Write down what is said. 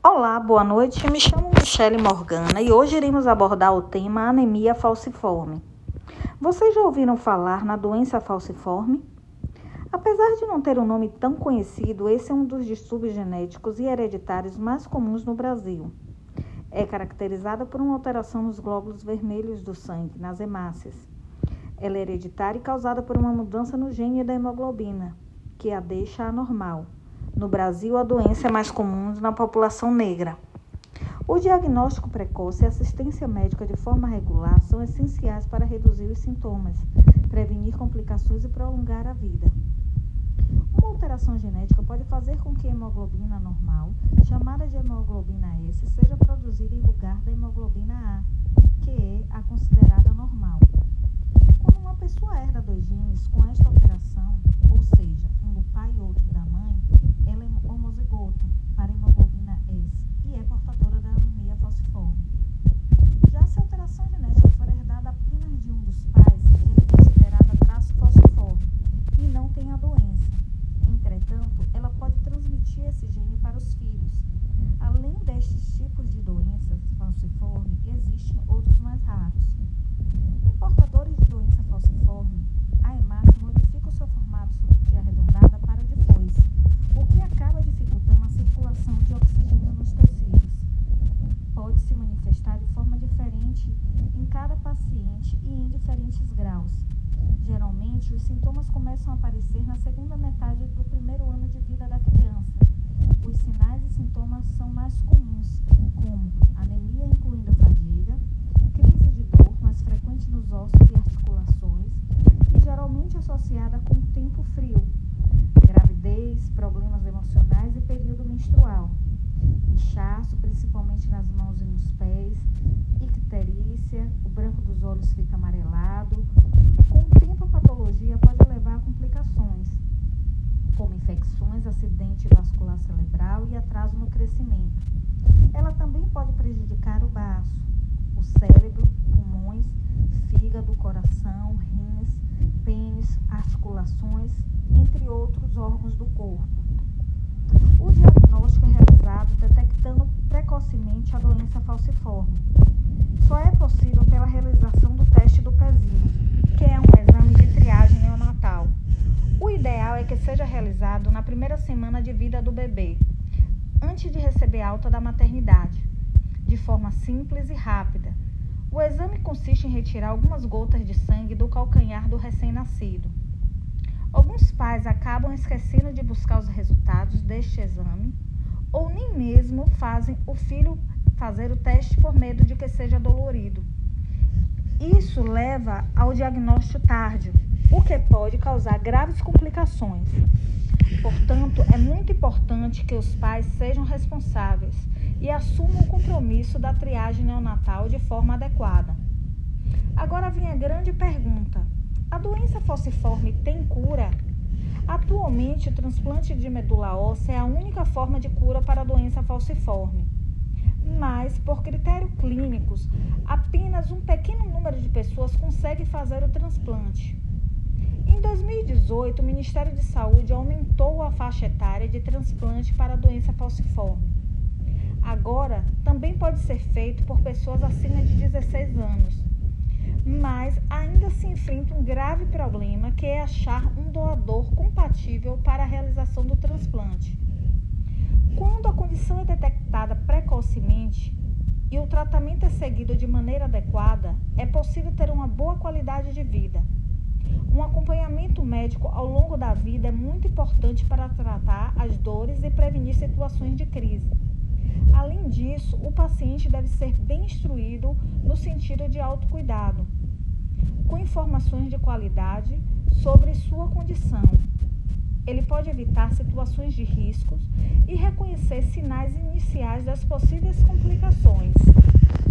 Olá, boa noite. Me chamo Michele Morgana e hoje iremos abordar o tema anemia falciforme. Vocês já ouviram falar na doença falciforme? Apesar de não ter um nome tão conhecido, esse é um dos distúrbios genéticos e hereditários mais comuns no Brasil. É caracterizada por uma alteração nos glóbulos vermelhos do sangue, nas hemácias. Ela é hereditária e causada por uma mudança no gene da hemoglobina, que a deixa anormal. No Brasil, a doença é mais comum na população negra. O diagnóstico precoce e a assistência médica de forma regular são essenciais para reduzir os sintomas, prevenir complicações e prolongar a vida. Uma alteração genética pode fazer com que a hemoglobina normal, chamada de hemoglobina S, seja produzida em lugar da hemoglobina A, que é a considerada normal. Quando uma pessoa herda dois genes com esta alteração, ou seja, um do pai e outro da mãe, ela é homozigota para a hemoglobina S e é portadora da anemia falciforme. Já se a alteração genética for herdada apenas de um dos pais, ela é considerada traço falciforme e não tem a doença. Entretanto, ela pode transmitir esse gene para os filhos. Além destes tipos de doenças falciforme, existem outros mais raros. Em portadores de doença falciforme, a hemácia modifica o seu formato de arredondada para o de foice, o que acaba dificultando a circulação de oxigênio nos tecidos. Pode se manifestar de forma diferente em cada paciente e em diferentes graus. Geralmente, os sintomas começam a aparecer na segunda metade do primeiro ano de vida da criança. Os sinais e sintomas são mais comuns, como anemia incluindo fadiga, crise de dor mais frequente nos ossos e articulações e geralmente associada com o tempo frio, gravidez, problemas emocionais e período menstrual, inchaço principalmente nas mãos e nos pés, icterícia, o branco dos olhos fica amarelado. Com o tempo, a patologia pode levar a complicações, como infecções, acidente vascular cerebral e atraso no crescimento. Ela também pode prejudicar o baço, o cérebro, pulmões, fígado, coração, rins, pênis, articulações, entre outros órgãos do corpo. O diagnóstico é realizado detectando precocemente a doença falciforme. Só é possível pela realização do teste do pezinho, que é um exame de triagem neonatal. O ideal é que seja realizado na primeira semana de vida do bebê, antes de receber alta da maternidade, de forma simples e rápida. O exame consiste em retirar algumas gotas de sangue do calcanhar do recém-nascido. Alguns pais acabam esquecendo de buscar os resultados deste exame ou nem mesmo fazem o filho fazer o teste por medo de que seja dolorido. Isso leva ao diagnóstico tardio, o que pode causar graves complicações. Portanto, é muito importante que os pais sejam responsáveis e assumam o compromisso da triagem neonatal de forma adequada. Agora vem a grande pergunta: a doença falciforme tem cura? Atualmente, o transplante de medula óssea é a única forma de cura para a doença falciforme. Mas, por critérios clínicos, apenas um pequeno número de pessoas consegue fazer o transplante. Em 2018, o Ministério de Saúde aumentou a faixa etária de transplante para a doença falciforme. Agora, também pode ser feito por pessoas acima de 16 anos. Mas ainda se enfrenta um grave problema, que é achar um doador compatível para a realização do transplante. Quando a condição é detectada precocemente e o tratamento é seguido de maneira adequada, é possível ter uma boa qualidade de vida. Um acompanhamento médico ao longo da vida é muito importante para tratar as dores e prevenir situações de crise. Além disso, o paciente deve ser bem instruído no sentido de autocuidado, com informações de qualidade sobre sua condição. Ele pode evitar situações de riscos e reconhecer sinais iniciais das possíveis complicações.